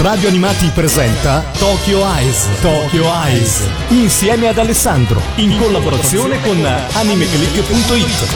Radio Animati presenta Tokyo Eyes. Tokyo Eyes. Insieme ad Alessandro. In collaborazione con animeclick.it.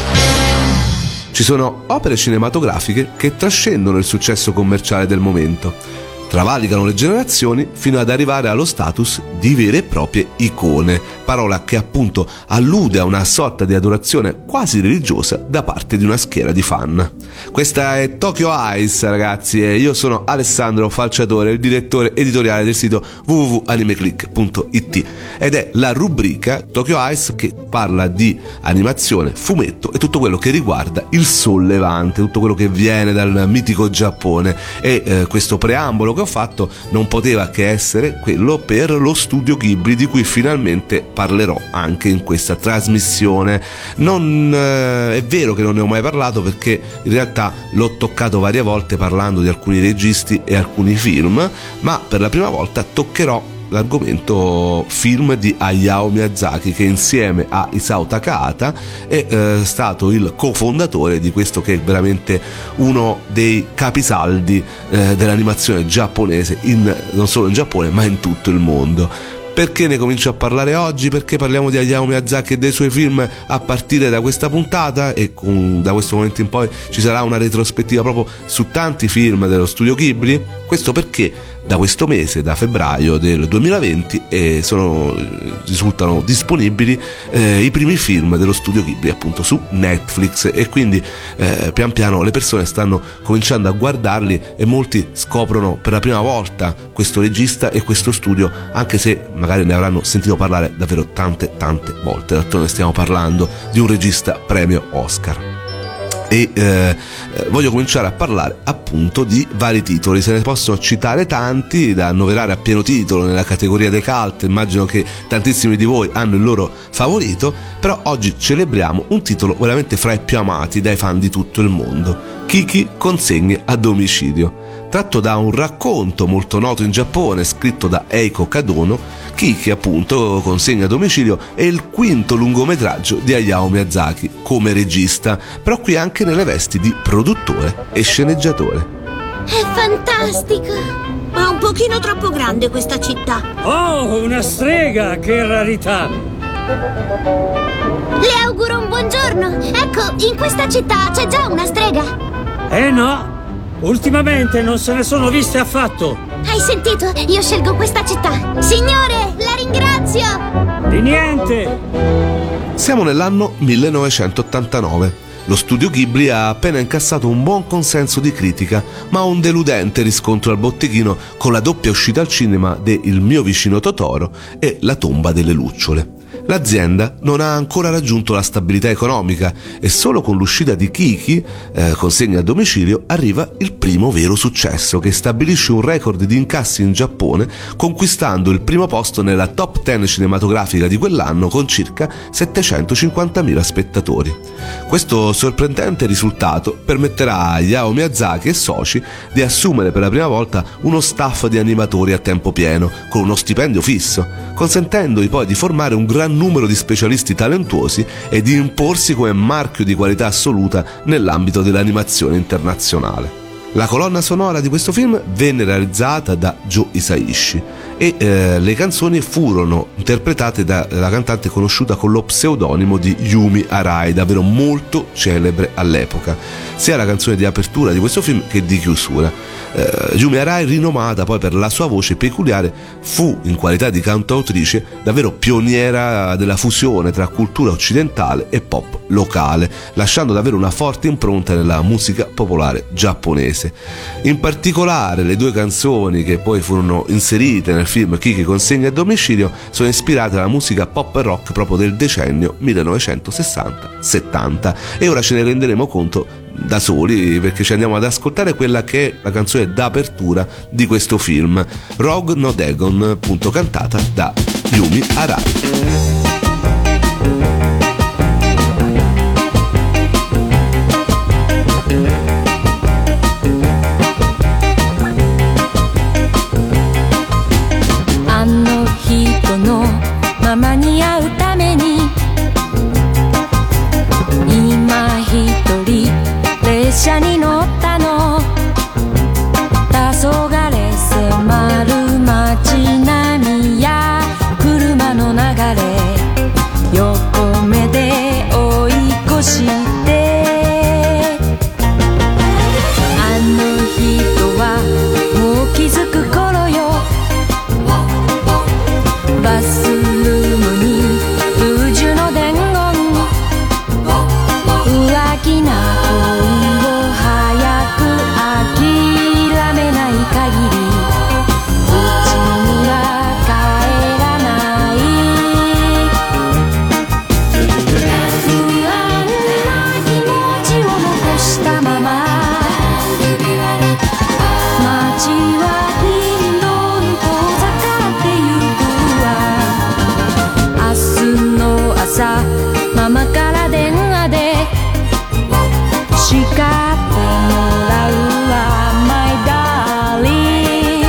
Ci sono opere cinematografiche che trascendono il successo commerciale del momento, travalicano le generazioni fino ad arrivare allo status di vere e proprie icone, parola che appunto allude a una sorta di adorazione quasi religiosa da parte di una schiera di fan. Questa è Tokyo Eyes, ragazzi, e io sono Alessandro Falciatore, il direttore editoriale del sito www.animeclick.it, ed è la rubrica Tokyo Eyes che parla di animazione, fumetto e tutto quello che riguarda il sollevante, tutto quello che viene dal mitico Giappone. E questo preambolo che ho fatto non poteva che essere quello per lo studio Ghibli, di cui finalmente parlerò anche in questa trasmissione. Non è vero che non ne ho mai parlato, perché in realtà l'ho toccato varie volte parlando di alcuni registi e alcuni film, ma per la prima volta toccherò l'argomento film di Hayao Miyazaki, che insieme a Isao Takahata è stato il cofondatore di questo che è veramente uno dei capisaldi dell'animazione giapponese, non solo in Giappone ma in tutto il mondo. Perché ne comincio a parlare oggi? Perché parliamo di Hayao Miyazaki e dei suoi film a partire da questa puntata, e da questo momento in poi ci sarà una retrospettiva proprio su tanti film dello studio Ghibli. Questo perché da questo mese, da febbraio del 2020, risultano disponibili i primi film dello studio Ghibli appunto su Netflix, e quindi pian piano le persone stanno cominciando a guardarli e molti scoprono per la prima volta questo regista e questo studio, anche se magari ne avranno sentito parlare davvero tante volte. D'altronde stiamo parlando di un regista premio Oscar. E voglio cominciare a parlare appunto di vari titoli. Se ne possono citare tanti da annoverare a pieno titolo nella categoria dei cult. Immagino che tantissimi di voi hanno il loro favorito, però oggi celebriamo un titolo veramente fra i più amati dai fan di tutto il mondo: Kiki consegne a domicilio. Tratto da un racconto molto noto in Giappone scritto da Eiko Kadono, Kiki appunto consegna a domicilio è il quinto lungometraggio di Hayao Miyazaki come regista, però qui anche nelle vesti di produttore e sceneggiatore. È fantastico! Ma un pochino troppo grande questa città. Oh, una strega, che rarità! Le auguro un buongiorno. Ecco, in questa città c'è già una strega. No, ultimamente non se ne sono viste affatto. Hai sentito? Io scelgo questa città. Signore, la ringrazio! Di niente! Siamo nell'anno 1989. Lo studio Ghibli ha appena incassato un buon consenso di critica, ma un deludente riscontro al botteghino con la doppia uscita al cinema de Il mio vicino Totoro e La tomba delle lucciole. L'azienda non ha ancora raggiunto la stabilità economica e solo con l'uscita di Kiki, consegna a domicilio, arriva il primo vero successo, che stabilisce un record di incassi in Giappone, conquistando il primo posto nella top 10 cinematografica di quell'anno con circa 750.000 spettatori. Questo sorprendente risultato permetterà a Hayao Miyazaki e soci di assumere per la prima volta uno staff di animatori a tempo pieno, con uno stipendio fisso, consentendogli poi di formare un gran numero di specialisti talentuosi e di imporsi come marchio di qualità assoluta nell'ambito dell'animazione internazionale. La colonna sonora di questo film venne realizzata da Joe Hisaishi e le canzoni furono interpretate dalla cantante conosciuta con lo pseudonimo di Yumi Arai, davvero molto celebre all'epoca, sia la canzone di apertura di questo film che di chiusura. Yumi Arai, rinomata poi per la sua voce peculiare, fu in qualità di cantautrice davvero pioniera della fusione tra cultura occidentale e pop locale, lasciando davvero una forte impronta nella musica popolare giapponese. In particolare le due canzoni che poi furono inserite nel film Kiki consegna a domicilio sono ispirate alla musica pop e rock proprio del decennio 1960-70, e ora ce ne renderemo conto da soli, perché ci andiamo ad ascoltare quella che è la canzone d'apertura di questo film, Rogue no Dagon, appunto cantata da Yumi Arai. 車に乗ったの黄昏すまママから電話で叱ってもらうわ My darling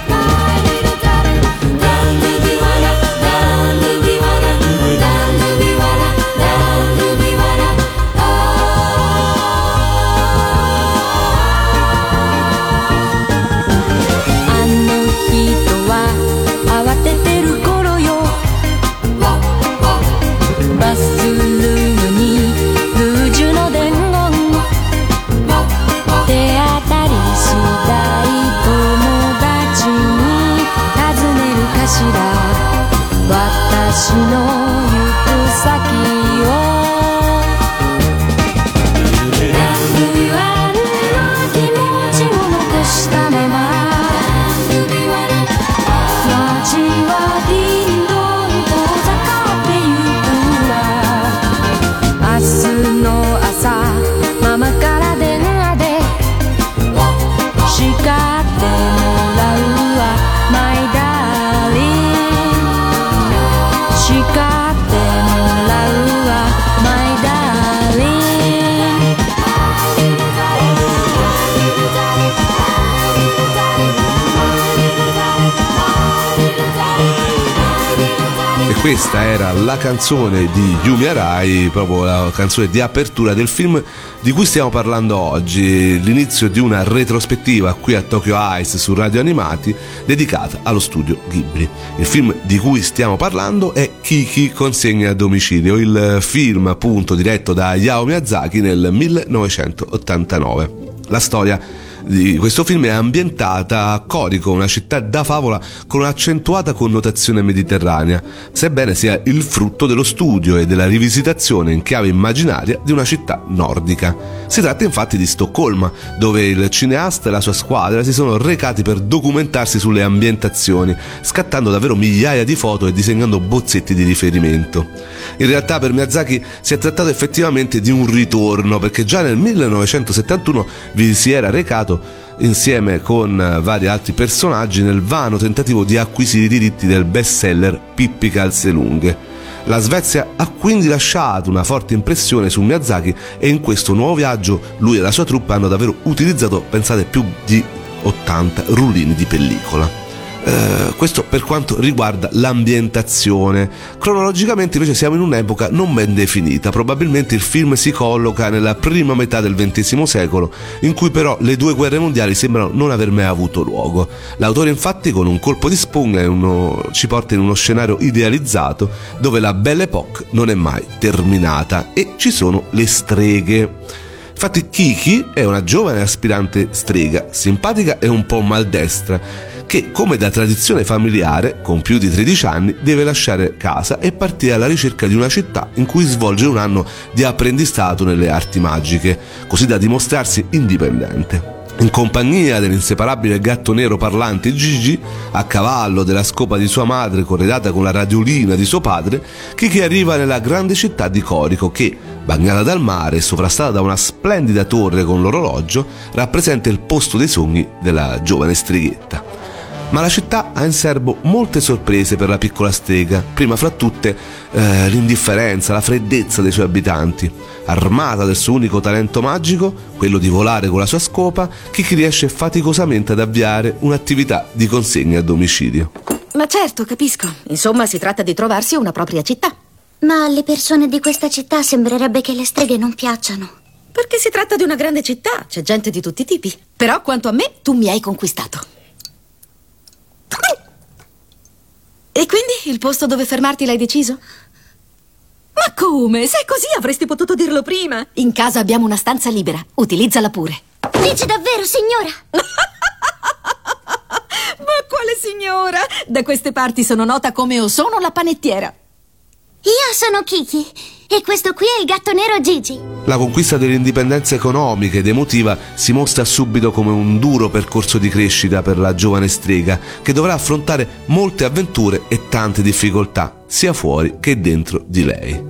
Down to the water Down to the water Down to the water Down to the waterあの人は慌ててる頃よバスルームにルージュの伝言手当たり次第友達に尋ねるかしら私の行く先を不安な気持ちを残したまま街はディンドン遠ざかってゆくわ明日の朝ママから電話で叱ってもらうわ My darling 叱ってもらうわ My darling E questa era la canzone di Yumi Arai, proprio la canzone di apertura del film di cui stiamo parlando oggi, l'inizio di una retrospettiva qui a Tokyo Eyes su Radio Animati dedicata allo studio Ghibli. Il film di cui stiamo parlando è Kiki consegna a domicilio, il film appunto diretto da Hayao Miyazaki nel 1989. La storia di questo film è ambientata a Koriko, una città da favola con un'accentuata connotazione mediterranea, sebbene sia il frutto dello studio e della rivisitazione in chiave immaginaria di una città nordica. Si tratta infatti di Stoccolma, dove il cineasta e la sua squadra si sono recati per documentarsi sulle ambientazioni, scattando davvero migliaia di foto e disegnando bozzetti di riferimento. In realtà per Miyazaki si è trattato effettivamente di un ritorno, perché già nel 1971 vi si era recato insieme con vari altri personaggi nel vano tentativo di acquisire i diritti del bestseller Pippi Calzelunghe. La Svezia ha quindi lasciato una forte impressione su Miyazaki e in questo nuovo viaggio lui e la sua troupe hanno davvero utilizzato, pensate, più di 80 rullini di pellicola. Questo per quanto riguarda l'ambientazione. Cronologicamente invece siamo in un'epoca non ben definita, probabilmente il film si colloca nella prima metà del XX secolo, in cui però le due guerre mondiali sembrano non aver mai avuto luogo. L'autore infatti con un colpo di spugna ci porta in uno scenario idealizzato dove la Belle Époque non è mai terminata e ci sono le streghe. Infatti Kiki è una giovane aspirante strega, simpatica e un po' maldestra, che come da tradizione familiare, con più di 13 anni, deve lasciare casa e partire alla ricerca di una città in cui svolgere un anno di apprendistato nelle arti magiche, così da dimostrarsi indipendente. In compagnia dell'inseparabile gatto nero parlante Gigi, a cavallo della scopa di sua madre corredata con la radiolina di suo padre, Kiki arriva nella grande città di Koriko che, bagnata dal mare e sovrastata da una splendida torre con l'orologio, rappresenta il posto dei sogni della giovane streghetta. Ma la città ha in serbo molte sorprese per la piccola strega, prima fra tutte l'indifferenza, la freddezza dei suoi abitanti. Armata del suo unico talento magico, quello di volare con la sua scopa, Kiki riesce faticosamente ad avviare un'attività di consegna a domicilio. Ma certo, capisco. Insomma, si tratta di trovarsi una propria città. Ma alle persone di questa città sembrerebbe che le streghe non piacciono. Perché si tratta di una grande città, c'è gente di tutti i tipi. Però, quanto a me, tu mi hai conquistato. E quindi il posto dove fermarti l'hai deciso? Ma come? Se è così avresti potuto dirlo prima. In casa abbiamo una stanza libera, utilizzala pure. Dici davvero, signora? Ma quale signora? Da queste parti sono nota come o sono la panettiera. Io sono Kiki e questo qui è il gatto nero Gigi. La conquista dell'indipendenza economica ed emotiva si mostra subito come un duro percorso di crescita per la giovane strega, che dovrà affrontare molte avventure e tante difficoltà, sia fuori che dentro di lei.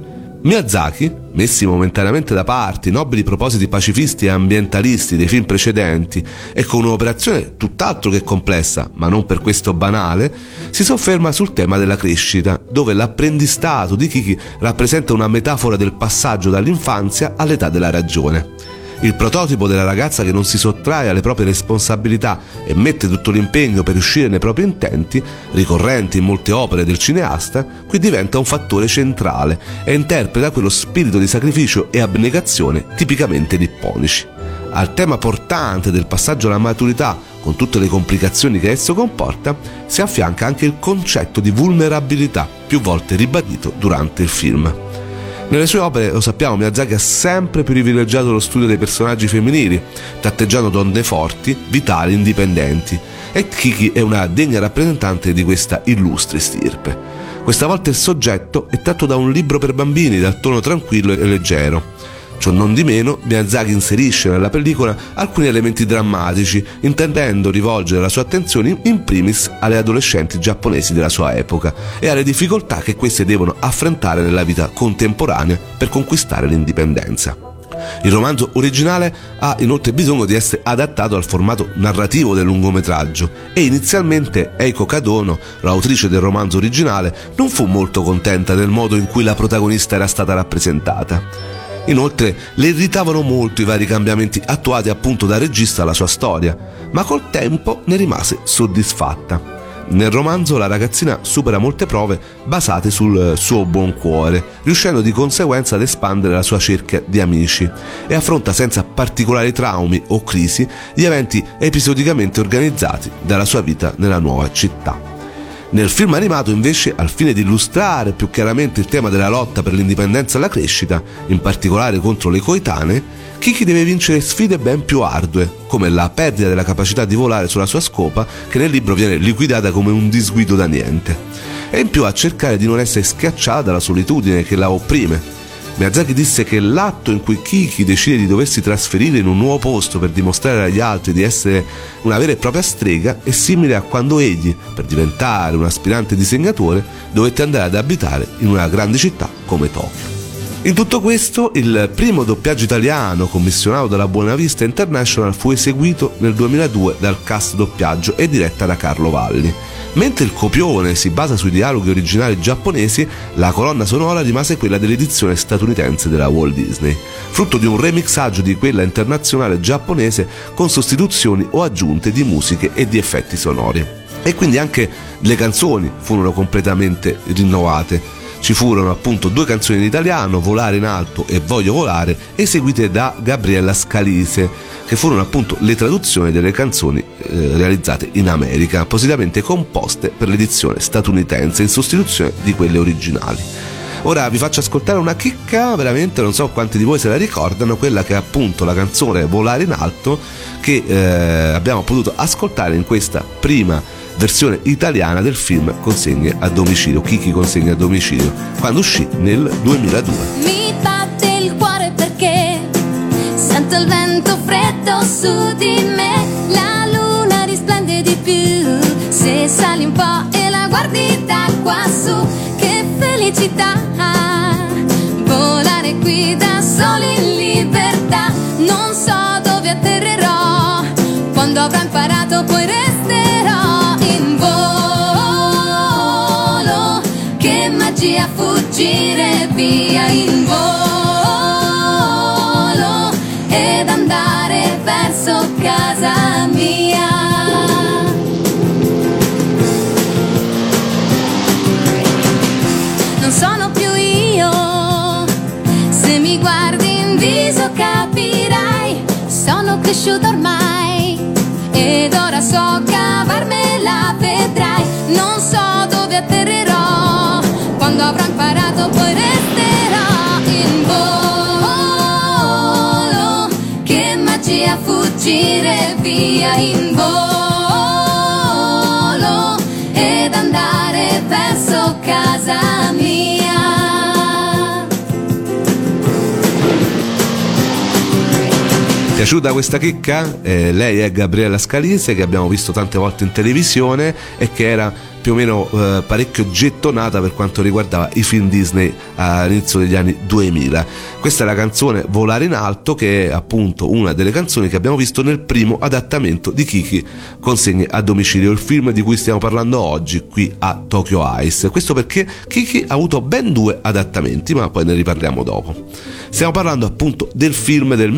Miyazaki, messi momentaneamente da parte i nobili propositi pacifisti e ambientalisti dei film precedenti e con un'operazione tutt'altro che complessa, ma non per questo banale, si sofferma sul tema della crescita, dove l'apprendistato di Kiki rappresenta una metafora del passaggio dall'infanzia all'età della ragione. Il prototipo della ragazza che non si sottrae alle proprie responsabilità e mette tutto l'impegno per riuscire nei propri intenti, ricorrenti in molte opere del cineasta, qui diventa un fattore centrale e interpreta quello spirito di sacrificio e abnegazione tipicamente nipponici. Al tema portante del passaggio alla maturità, con tutte le complicazioni che esso comporta, si affianca anche il concetto di vulnerabilità, più volte ribadito durante il film. Nelle sue opere, lo sappiamo, Miyazaki ha sempre privilegiato lo studio dei personaggi femminili, tratteggiando donne forti, vitali, indipendenti, e Kiki è una degna rappresentante di questa illustre stirpe. Questa volta il soggetto è tratto da un libro per bambini dal tono tranquillo e leggero. Ciò non di meno, Miyazaki inserisce nella pellicola alcuni elementi drammatici, intendendo rivolgere la sua attenzione in primis alle adolescenti giapponesi della sua epoca e alle difficoltà che queste devono affrontare nella vita contemporanea per conquistare l'indipendenza. Il romanzo originale ha inoltre bisogno di essere adattato al formato narrativo del lungometraggio e inizialmente Eiko Kadono, l'autrice del romanzo originale, non fu molto contenta del modo in cui la protagonista era stata rappresentata. Inoltre le irritavano molto i vari cambiamenti attuati appunto dal regista alla sua storia, ma col tempo ne rimase soddisfatta. Nel romanzo la ragazzina supera molte prove basate sul suo buon cuore, riuscendo di conseguenza ad espandere la sua cerchia di amici e affronta senza particolari traumi o crisi gli eventi episodicamente organizzati dalla sua vita nella nuova città. Nel film animato, invece, al fine di illustrare più chiaramente il tema della lotta per l'indipendenza e la crescita, in particolare contro le coetanee, Kiki deve vincere sfide ben più ardue, come la perdita della capacità di volare sulla sua scopa, che nel libro viene liquidata come un disguido da niente, e in più a cercare di non essere schiacciata dalla solitudine che la opprime. Miyazaki disse che l'atto in cui Kiki decide di doversi trasferire in un nuovo posto per dimostrare agli altri di essere una vera e propria strega è simile a quando egli, per diventare un aspirante disegnatore, dovette andare ad abitare in una grande città come Tokyo. In tutto questo, il primo doppiaggio italiano commissionato dalla Buona Vista International fu eseguito nel 2002 dal cast doppiaggio e diretta da Carlo Valli. Mentre il copione si basa sui dialoghi originali giapponesi, la colonna sonora rimase quella dell'edizione statunitense della Walt Disney, frutto di un remixaggio di quella internazionale giapponese con sostituzioni o aggiunte di musiche e di effetti sonori. E quindi anche le canzoni furono completamente rinnovate. Ci furono appunto 2 canzoni in italiano, Volare in alto e Voglio volare, eseguite da Gabriella Scalise, che furono appunto le traduzioni delle canzoni realizzate in America, appositamente composte per l'edizione statunitense in sostituzione di quelle originali. Ora vi faccio ascoltare una chicca, veramente non so quanti di voi se la ricordano, quella che è appunto la canzone Volare in alto che abbiamo potuto ascoltare in questa prima versione italiana del film Consegne a domicilio, Kiki Consegne a domicilio, quando uscì nel 2002. Mi batte il cuore perché sento il vento freddo su di me, la luna risplende di più se sali un po' e la guardi da quassù. Che felicità volare qui da soli in libertà, non so dove atterrerò, quando avrò imparato poi resterò in volo. Che magia fuggire via in volo ed andare verso casa mia. Non sono più io, se mi guardi in viso capirai, sono cresciuta ormai ed ora so cavarmela, vedrai. Non so dove atterrerò, quando avrò imparato poi resterò in volo. Che magia fuggire via in volo ed andare verso casa mia. Piaciuta questa chicca? Lei è Gabriella Scalise, che abbiamo visto tante volte in televisione e che era più o meno parecchio gettonata per quanto riguardava i film Disney all'inizio degli anni 2000. Questa è la canzone Volare in Alto, che è appunto una delle canzoni che abbiamo visto nel primo adattamento di Kiki Consegne a Domicilio, il film di cui stiamo parlando oggi qui a Tokyo Ice. Questo perché Kiki ha avuto ben 2 adattamenti, ma poi ne riparliamo dopo. Stiamo parlando appunto del film del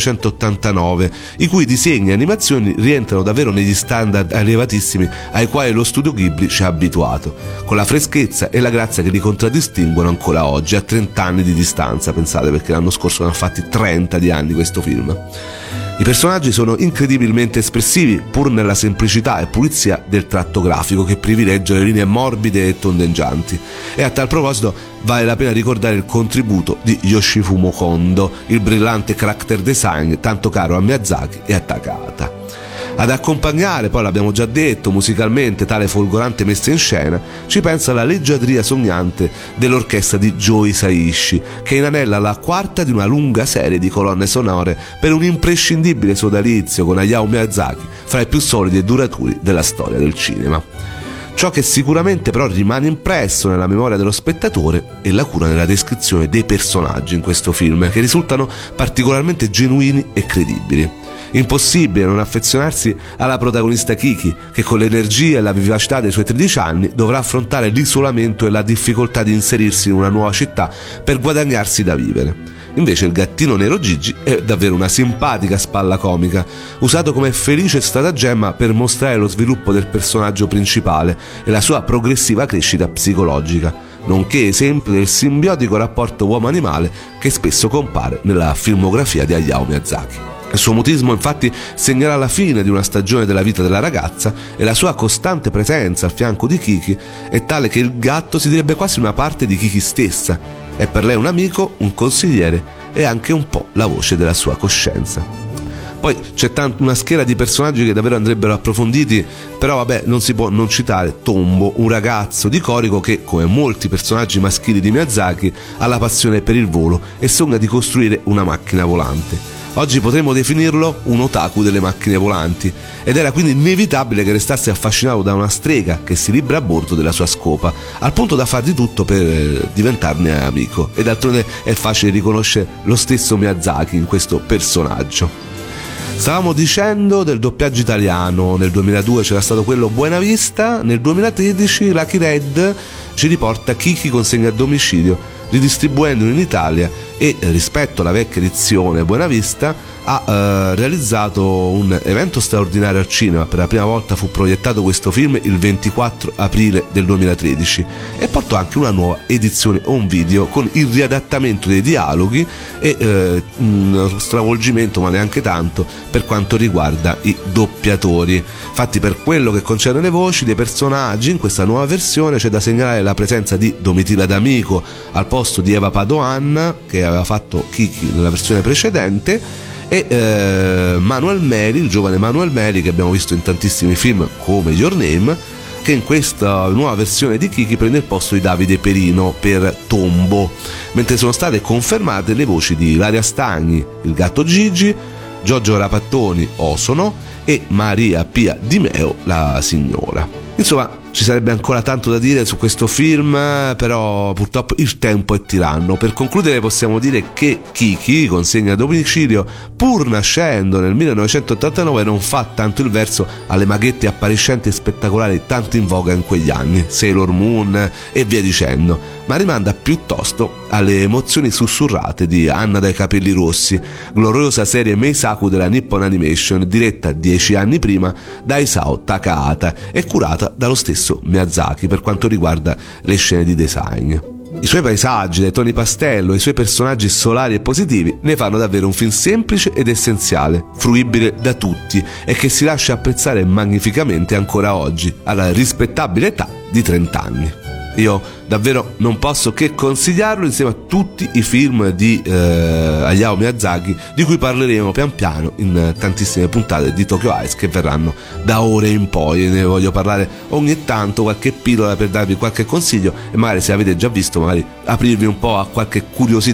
1989, i cui disegni e animazioni rientrano davvero negli standard elevatissimi ai quali lo studio Ghibli ci ha abituato, con la freschezza e la grazia che li contraddistinguono ancora oggi, a 30 anni di distanza, pensate, perché l'anno scorso ne hanno fatti 30 di anni questo film. I personaggi sono incredibilmente espressivi, pur nella semplicità e pulizia del tratto grafico che privilegia le linee morbide e tondeggianti. E a tal proposito vale la pena ricordare il contributo di Yoshifumi Kondo, il brillante character design tanto caro a Miyazaki e a Takahata. Ad accompagnare, poi l'abbiamo già detto, musicalmente tale folgorante messa in scena ci pensa la leggiadria sognante dell'orchestra di Joe Hisaishi, che inanella la quarta di una lunga serie di colonne sonore per un imprescindibile sodalizio con Hayao Miyazaki fra i più solidi e duraturi della storia del cinema. Ciò che sicuramente però rimane impresso nella memoria dello spettatore è la cura nella descrizione dei personaggi in questo film, che risultano particolarmente genuini e credibili. Impossibile non affezionarsi alla protagonista Kiki, che con l'energia e la vivacità dei suoi 13 anni dovrà affrontare l'isolamento e la difficoltà di inserirsi in una nuova città per guadagnarsi da vivere. Invece il gattino nero Gigi è davvero una simpatica spalla comica, usato come felice stratagemma per mostrare lo sviluppo del personaggio principale e la sua progressiva crescita psicologica, nonché esempio del simbiotico rapporto uomo-animale che spesso compare nella filmografia di Hayao Miyazaki. Il suo mutismo infatti segnerà la fine di una stagione della vita della ragazza e la sua costante presenza al fianco di Kiki è tale che il gatto si direbbe quasi una parte di Kiki stessa. È per lei un amico, un consigliere e anche un po' la voce della sua coscienza. Poi c'è una schiera di personaggi che davvero andrebbero approfonditi, però vabbè, non si può non citare Tombo, un ragazzo di Corico che, come molti personaggi maschili di Miyazaki, ha la passione per il volo e sogna di costruire una macchina volante. Oggi potremmo definirlo un otaku delle macchine volanti, ed era quindi inevitabile che restasse affascinato da una strega che si libera a bordo della sua scopa, al punto da far di tutto per diventarne amico. E d'altronde è facile riconoscere lo stesso Miyazaki in questo personaggio. Stavamo dicendo del doppiaggio italiano. Nel 2002 c'era stato quello Buena Vista, nel 2013 Lucky Red ci riporta Kiki Consegne a Domicilio, ridistribuendolo in Italia, e rispetto alla vecchia edizione Buena Vista ha realizzato un evento straordinario al cinema. Per la prima volta fu proiettato questo film il 24 aprile del 2013 e portò anche una nuova edizione home video con il riadattamento dei dialoghi e uno stravolgimento, ma neanche tanto, per quanto riguarda i doppiatori. Infatti, per quello che concerne le voci dei personaggi, in questa nuova versione c'è da segnalare la presenza di Domitilla D'Amico al posto di Eva Padoan, che aveva fatto Kiki nella versione precedente, e Manuel Meri, il giovane Manuel Meri, che abbiamo visto in tantissimi film come Your Name, che in questa nuova versione di Kiki prende il posto di Davide Perino per Tombo, mentre sono state confermate le voci di Ilaria Stagni, il gatto Gigi, Giorgio Rapattoni, Osono, e Maria Pia Di Meo, la signora. Insomma, ci sarebbe ancora tanto da dire su questo film, però purtroppo il tempo è tiranno. Per concludere possiamo dire che Kiki Consegne a Domicilio, pur nascendo nel 1989, non fa tanto il verso alle maghette appariscenti e spettacolari tanto in voga in quegli anni, Sailor Moon e via dicendo, ma rimanda piuttosto alle emozioni sussurrate di Anna dai capelli rossi, gloriosa serie Meisaku della Nippon Animation, diretta 10 anni prima da Isao Takahata e curata dallo stesso Miyazaki per quanto riguarda le scene di design. I suoi paesaggi dai toni pastello e i suoi personaggi solari e positivi ne fanno davvero un film semplice ed essenziale, fruibile da tutti e che si lascia apprezzare magnificamente ancora oggi, alla rispettabile età di 30 anni. Io davvero non posso che consigliarlo insieme a tutti i film di Hayao Miyazaki, di cui parleremo pian piano in tantissime puntate di Tokyo Ice che verranno da ore in poi. Ne voglio parlare ogni tanto, qualche pillola per darvi qualche consiglio e magari, se avete già visto, magari aprirvi un po' a qualche curiosità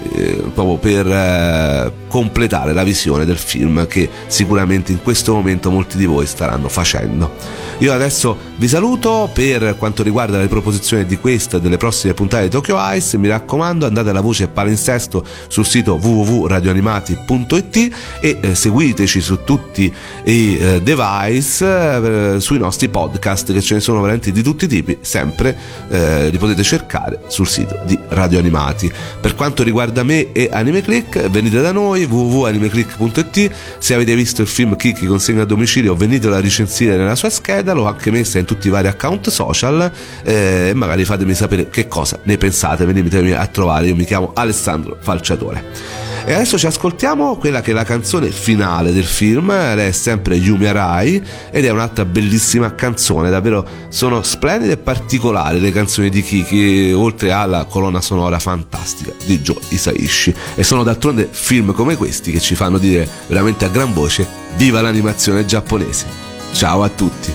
proprio per completare la visione del film che sicuramente in questo momento molti di voi staranno facendo. Io adesso vi saluto. Per quanto riguarda le proposizioni di questa e delle prossime puntate di Tokyo Eyes, mi raccomando, andate alla voce palinsesto sul sito www.radioanimati.it e seguiteci su tutti i device, sui nostri podcast, che ce ne sono veramente di tutti i tipi, sempre li potete cercare sul sito di Radio Animati. Per quanto riguarda me e Anime Click, venite da noi, www.animeclick.it. Se avete visto il film Kiki consegna a domicilio, venitelo a recensire nella sua scheda, l'ho anche messa in tutti i vari account social, e magari fatemi sapere che cosa ne pensate, venitemi a trovare. Io mi chiamo Alessandro Falciatore. E adesso ci ascoltiamo quella che è la canzone finale del film. Lei è sempre Yumi Arai ed è un'altra bellissima canzone, davvero sono splendide e particolari le canzoni di Kiki, oltre alla colonna sonora fantastica di Joe Hisaishi, e sono d'altronde film come questi che ci fanno dire veramente a gran voce viva l'animazione giapponese. Ciao a tutti.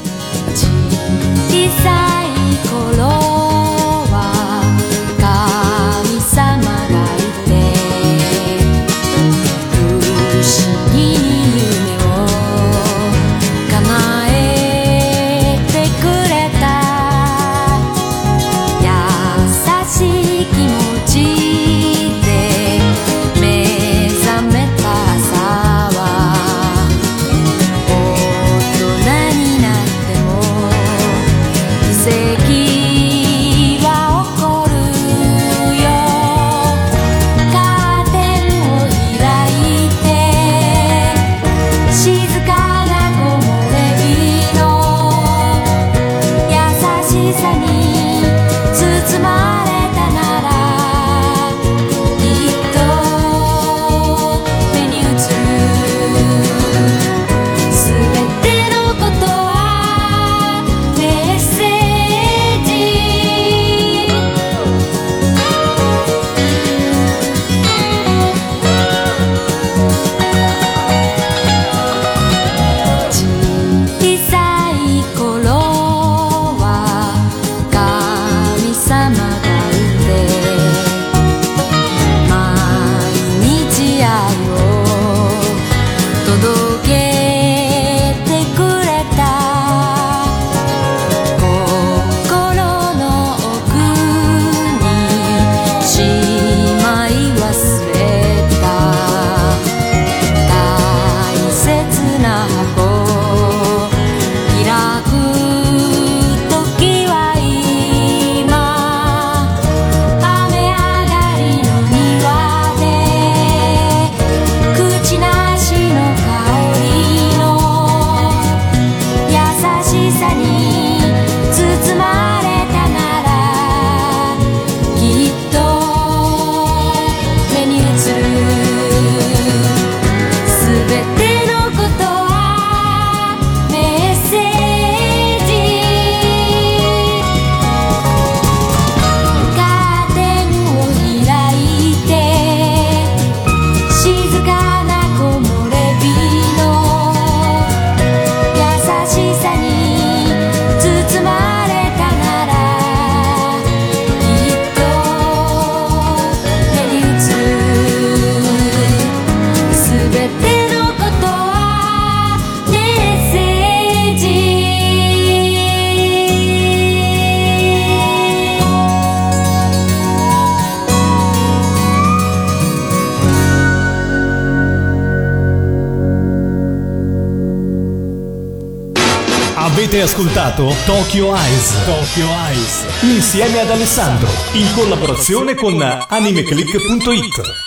Avete ascoltato Tokyo Eyes. Tokyo Eyes insieme ad Alessandro, in collaborazione con animeclick.it.